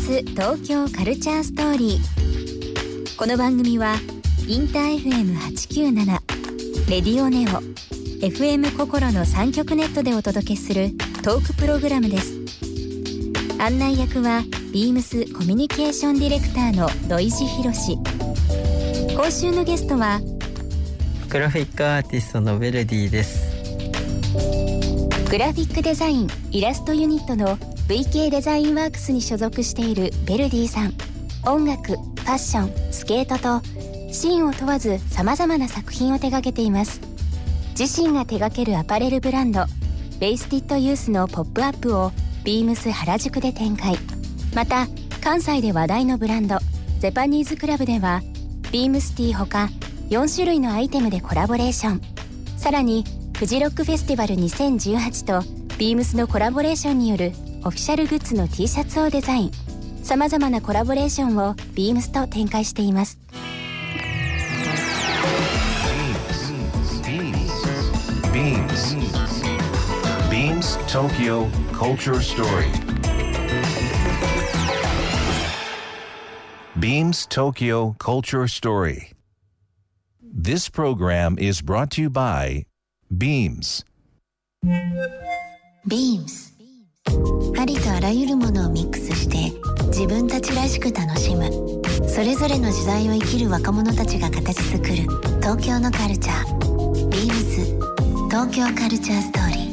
ス東京カルチャーストーリー。この番組はインター FM897 レディオネオ FM 心の3極ネットでお届けするトークプログラムです。案内役はビームスコミュニケーションディレクターの土井博志。今週のゲストはグラフィックアーティストのベルディです。 グラフィックデザインイラストユニットの VK デザインワークスに所属しているベルディさん。音楽、ファッション、スケートとシーンを問わず様々な作品を手掛けています。自身が手掛けるアパレルブランドベイスティッドユースのポップアップをビームス原宿で展開。また関西で話題のブランドゼパニーズクラブではビームスティーほか4種類のアイテムでコラボレーション。さらにフジロックフェスティバル2018とビームスのコラボレーションによるオフィシャルグッズの T シャツをデザイン。様々なコラボレーションをビームスと展開しています。 Beams Tokyo Culture Story. Beams Tokyo Culture Story. This program is brought to you by Beams. Beams ありとあらゆるものをミックスして自分たちらしく楽しむ。それぞれの時代を生きる若者たちが形作る東京のカルチャー。Beams 東京カルチャーストーリー。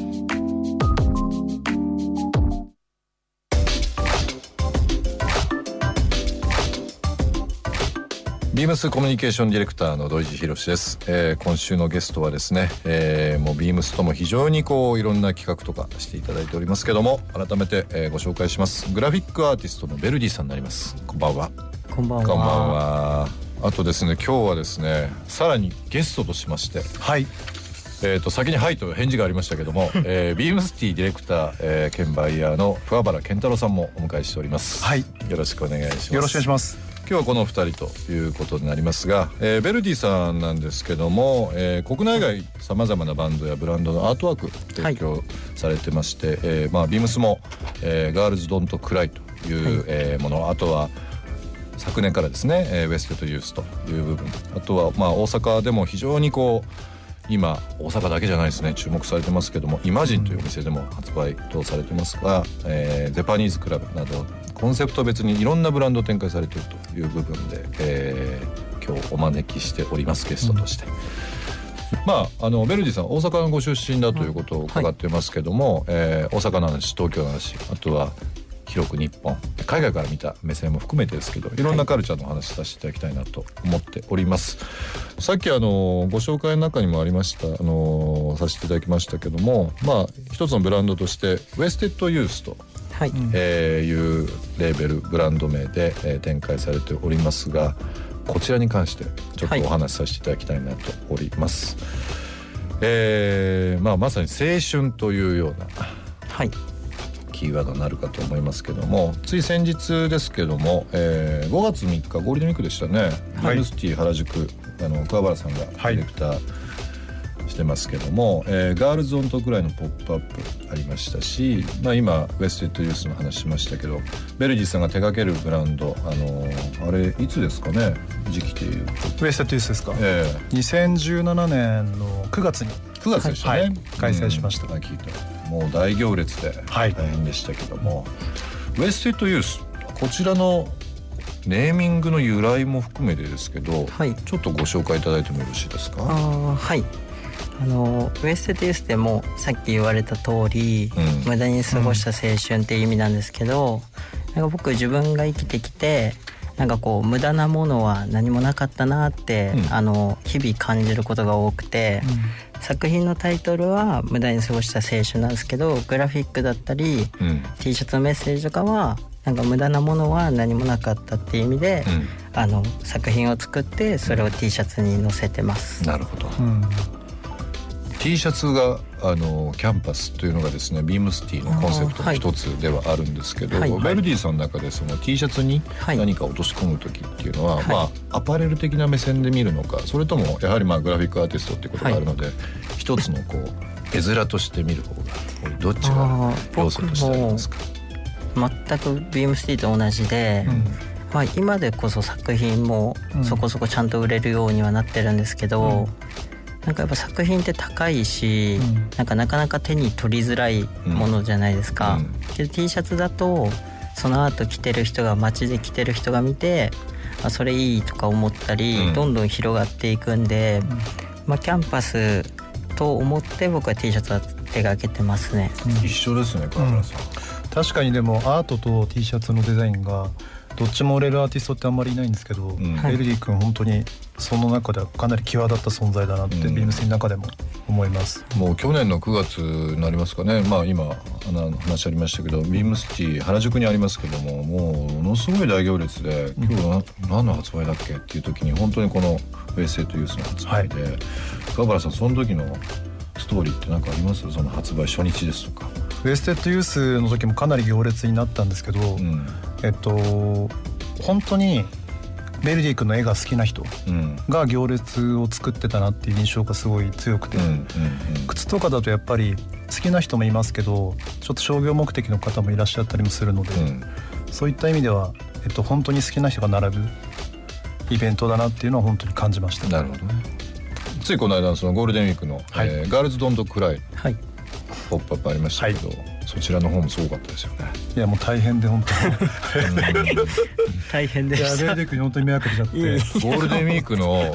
ビームスコミュニケーションディレクターの土井博志です。今週のゲストはですね、もうビームスとも非常にいろんな企画とかしていただいておりますけども、改めて、ご紹介します。グラフィックアーティストのベルディさんになります。こんばんは。 こんばんは。 こんばんは。あとですね、今日はですね、さらにゲストとしまして、 はい。 先にはいと返事がありましたけども、ビームスティディレクター、兼バイヤーの桑原健太郎さんもお迎えしております。 はい。 よろしくお願いします。 よろしくお願いします。 今日はこの2人ということになりますが、ベルディさんなんですけども、国内外さまざまなバンドやブランドのアートワーク提供されてまして、ビームスも、ガールズドントクライという、もの、あとは昨年からですね、ウエステッドユースという部分、あとは大阪でも非常に今大阪だけじゃないですね、注目されてますけども、イマジンというお店でも発売等されてますが、ゼパニーズクラブなどコンセプト別にいろんなブランドを展開されているという部分で、今日お招きしております、ゲストとして。ベルディさん大阪のご出身だということを伺ってますけども、大阪の話、東京の話、あとは広く日本、海外から見た目線も含めてですけど、いろんなカルチャーの話させていただきたいなと思っております。さっきご紹介の中にもありました、させていただきましたけども、一つのブランドとしてウエステッドユースというレーベルブランド名で、展開されておりますが、こちらに関してちょっとお話しさせていただきたいなとおります。まさに青春というような、キーワードになるかと思いますけども、つい先日ですけども、5月3日ゴールデンウィークでしたね、ビームスティ原宿、桑原さんがディレクターしてますけども、ガールズオントくらいのポップアップありましたし、今ウエステッドユースの話しましたけど、ベルディさんが手掛けるブランド、あれいつですかね、時期でいうと。 ウエステッドユースですか、2017年の9月に 9月でしたね、 開催しました。 聞いたもう大行列で大変でしたけども、ウエステッドユース、こちらのネーミングの由来も含めてですけど、ちょっとご紹介いただいてもよろしいですか。 ウエステッドユースでもさっき言われた通り、無駄に過ごした青春っていう意味なんですけど、僕自分が生きてきて無駄なものは何もなかったなって、日々感じることが多くて、作品のタイトルは無駄に過ごした青春なんですけど、グラフィックだったり、T シャツのメッセージとかは無駄なものは何もなかったっていう意味で、作品を作ってそれを T シャツに載せてます。 なるほど、T シャツがキャンパスというのがですね、ビームスティのコンセプトの一つではあるんですけど、ベルディさんの中でその T シャツに何か落とし込む時っていうのは、アパレル的な目線で見るのか、それともやはりグラフィックアーティストっていうことがあるので、一つの絵面として見る方が多い、どっちが要素としてありますか。 全くビームスティと同じで、まあ、今でこそ作品もそこそこちゃんと売れるようにはなってるんですけど、なんかやっぱ作品って高いし、なんかなかなか手に取りづらいものじゃないですか、けど T シャツだとその後着てる人が街で着てる人が見て、あ、それいいとか思ったり、どんどん広がっていくんで、まあ、キャンパスと思って僕は T シャツは手がけてますね。 一緒ですね、川村さん。 確かにでもアートと T シャツのデザインがどっちも売れるアーティストってあんまりいないんですけど、ベルディ君本当にその中ではかなり際立った存在だなって、ビームスの中でも思います。 もう去年の9月になりますかね、まあ今話ありましたけど、ビームスティ原宿にありますけども、もうものすごい大行列で、今日何の発売だっけっていう時に本当にこのウェステッドユースの発売で、川原さんその時のストーリーって何かあります？その発売初日ですとか。 ウェステッドユースの時もかなり行列になったんですけど、本当にベルディ君の絵が好きな人が行列を作ってたなっていう印象がすごい強くて、靴とかだとやっぱり好きな人もいますけど、ちょっと商業目的の方もいらっしゃったりもするので、そういった意味では、本当に好きな人が並ぶイベントだなっていうのは本当に感じました。 なるほどね。ついこの間のそのゴールデンウィークの、ガールズドントクライ、ポップアップありましたけど、そちらの方もすごかったですよね。いやもう大変で本当に大変でした。 ベルディ君に本当に迷惑かけちゃって。 ゴールデンウィークの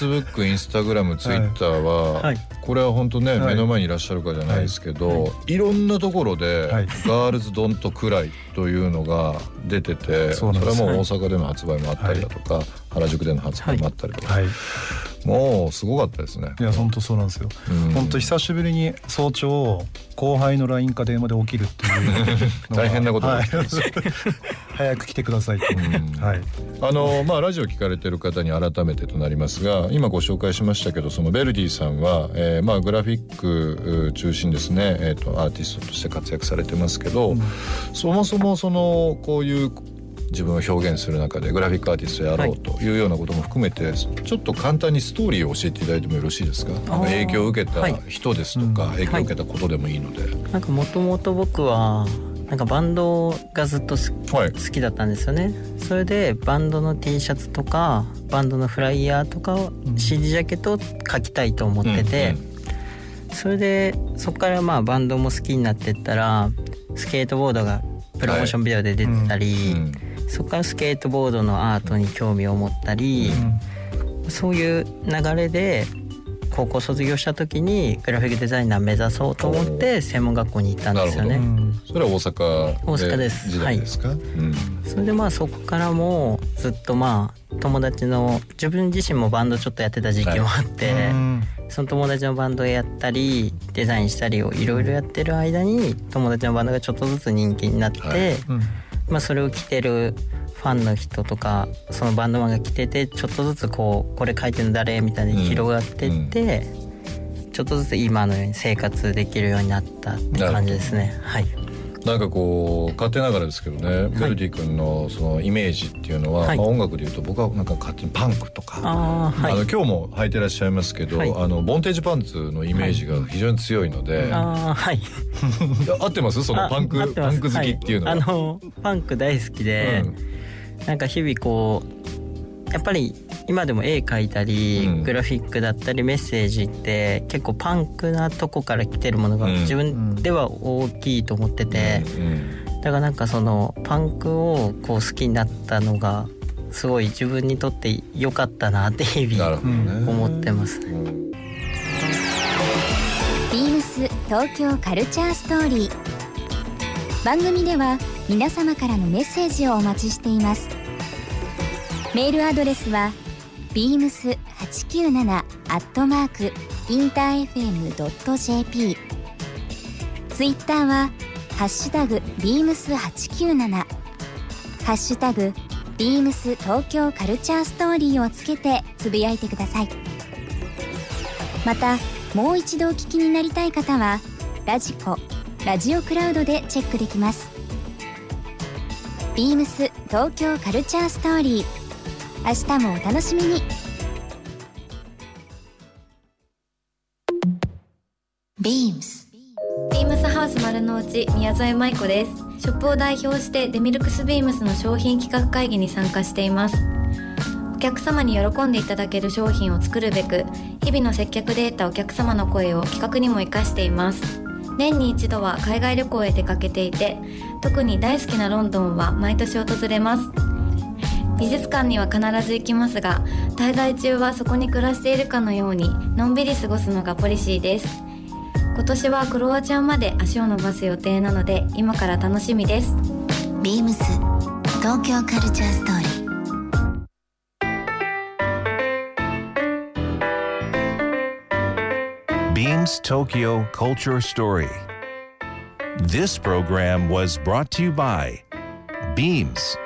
Facebook、Instagram、Twitter は、これは本当ね、目の前にいらっしゃるかじゃないですけど、いろんなところでガールズドントクライというのが出てて、それはもう大阪での発売もあったりだとか、原宿での発売もあったりとか、もうすごかったですね。 いや本当そうなんですよ。本当久しぶりに早朝後輩の LINE か電話で起きるっていう大変なことが起きてます。 早く来てくださいと。 まあラジオ聞かれてる方に改めてとなりますが、今ご紹介しましたけど、そのベルディさんは、まあグラフィック中心ですね、アーティストとして活躍されてますけど、そもそもそのこういう自分を表現する中でグラフィックアーティストやろうというようなことも含めて、ちょっと簡単にストーリーを教えていただいてもよろしいですか？影響を受けた人ですとか、影響を受けたことでもいいので。 なんかもともと僕はなんかバンドがずっと好きだったんですよね。それでバンドの T シャツとかバンドのフライヤーとかを CD ジャケットを描きたいと思ってて、それでそこからまあバンドも好きになってったら、スケートボードがプロモーションビデオで出てたり、そこからスケートボードのアートに興味を持ったり、そういう流れで高校卒業した時にグラフィックデザイナー目指そうと思って専門学校に行ったんですよね。 それは大阪です時代ですか？ それでまあそこからもずっとまあ友達の、自分自身もバンドちょっとやってた時期もあって、その友達のバンドやったりデザインしたりをいろいろやってる間に、友達のバンドがちょっとずつ人気になって、まあそれを着てるファンの人とかそのバンドマンが着てて、ちょっとずつこれ書いてるの誰みたいに広がってって、ちょっとずつ今のように生活できるようになったって感じですね。 なんかこう勝手ながらですけどね、ベルディ君のそのイメージっていうのは、音楽でいうと僕はなんか勝手にパンクとか、今日も履いてらっしゃいますけど、ボンテージパンツのイメージが非常に強いので、合ってます？そのパンク好きっていうのは。 パンク大好きで、なんか日々こうやっぱり今でも絵描いたり、グラフィックだったりメッセージって結構パンクなとこから来てるものが自分では大きいと思ってて、だからなんかそのパンクをこう好きになったのがすごい自分にとって良かったなって日々思ってますね。 ビームス東京カルチャーストーリー。番組では皆様からのメッセージをお待ちしています。メールアドレスは beams897@interfm.jp、 ツイッターはハッシュタグ beams897、 ハッシュタグ beams 東京カルチャーストーリーをつけてつぶやいてください。またもう一度お聞きになりたい方はラジコ、ラジオクラウドでチェックできます。ビームス東京カルチャーストーリー、明日もお楽しみに。 ビームスハウス丸の内宮添舞子です。 ショップを代表してデミルクスビームスの商品企画会議に参加しています。お客様に喜んでいただける商品を作るべく、日々の接客で得たお客様の声を企画にも生かしています。年に一度は海外旅行へ出かけていて、特に大好きなロンドンは毎年訪れます。美術館には必ず行きますが、滞在中はそこに暮らしているかのようにのんびり過ごすのがポリシーです。今年はクロアチアまで足を伸ばす予定なので、今から楽しみです。 ビームス東京カルチャーストーリー。 Beams Tokyo Culture Story. This program was brought to you by Beams.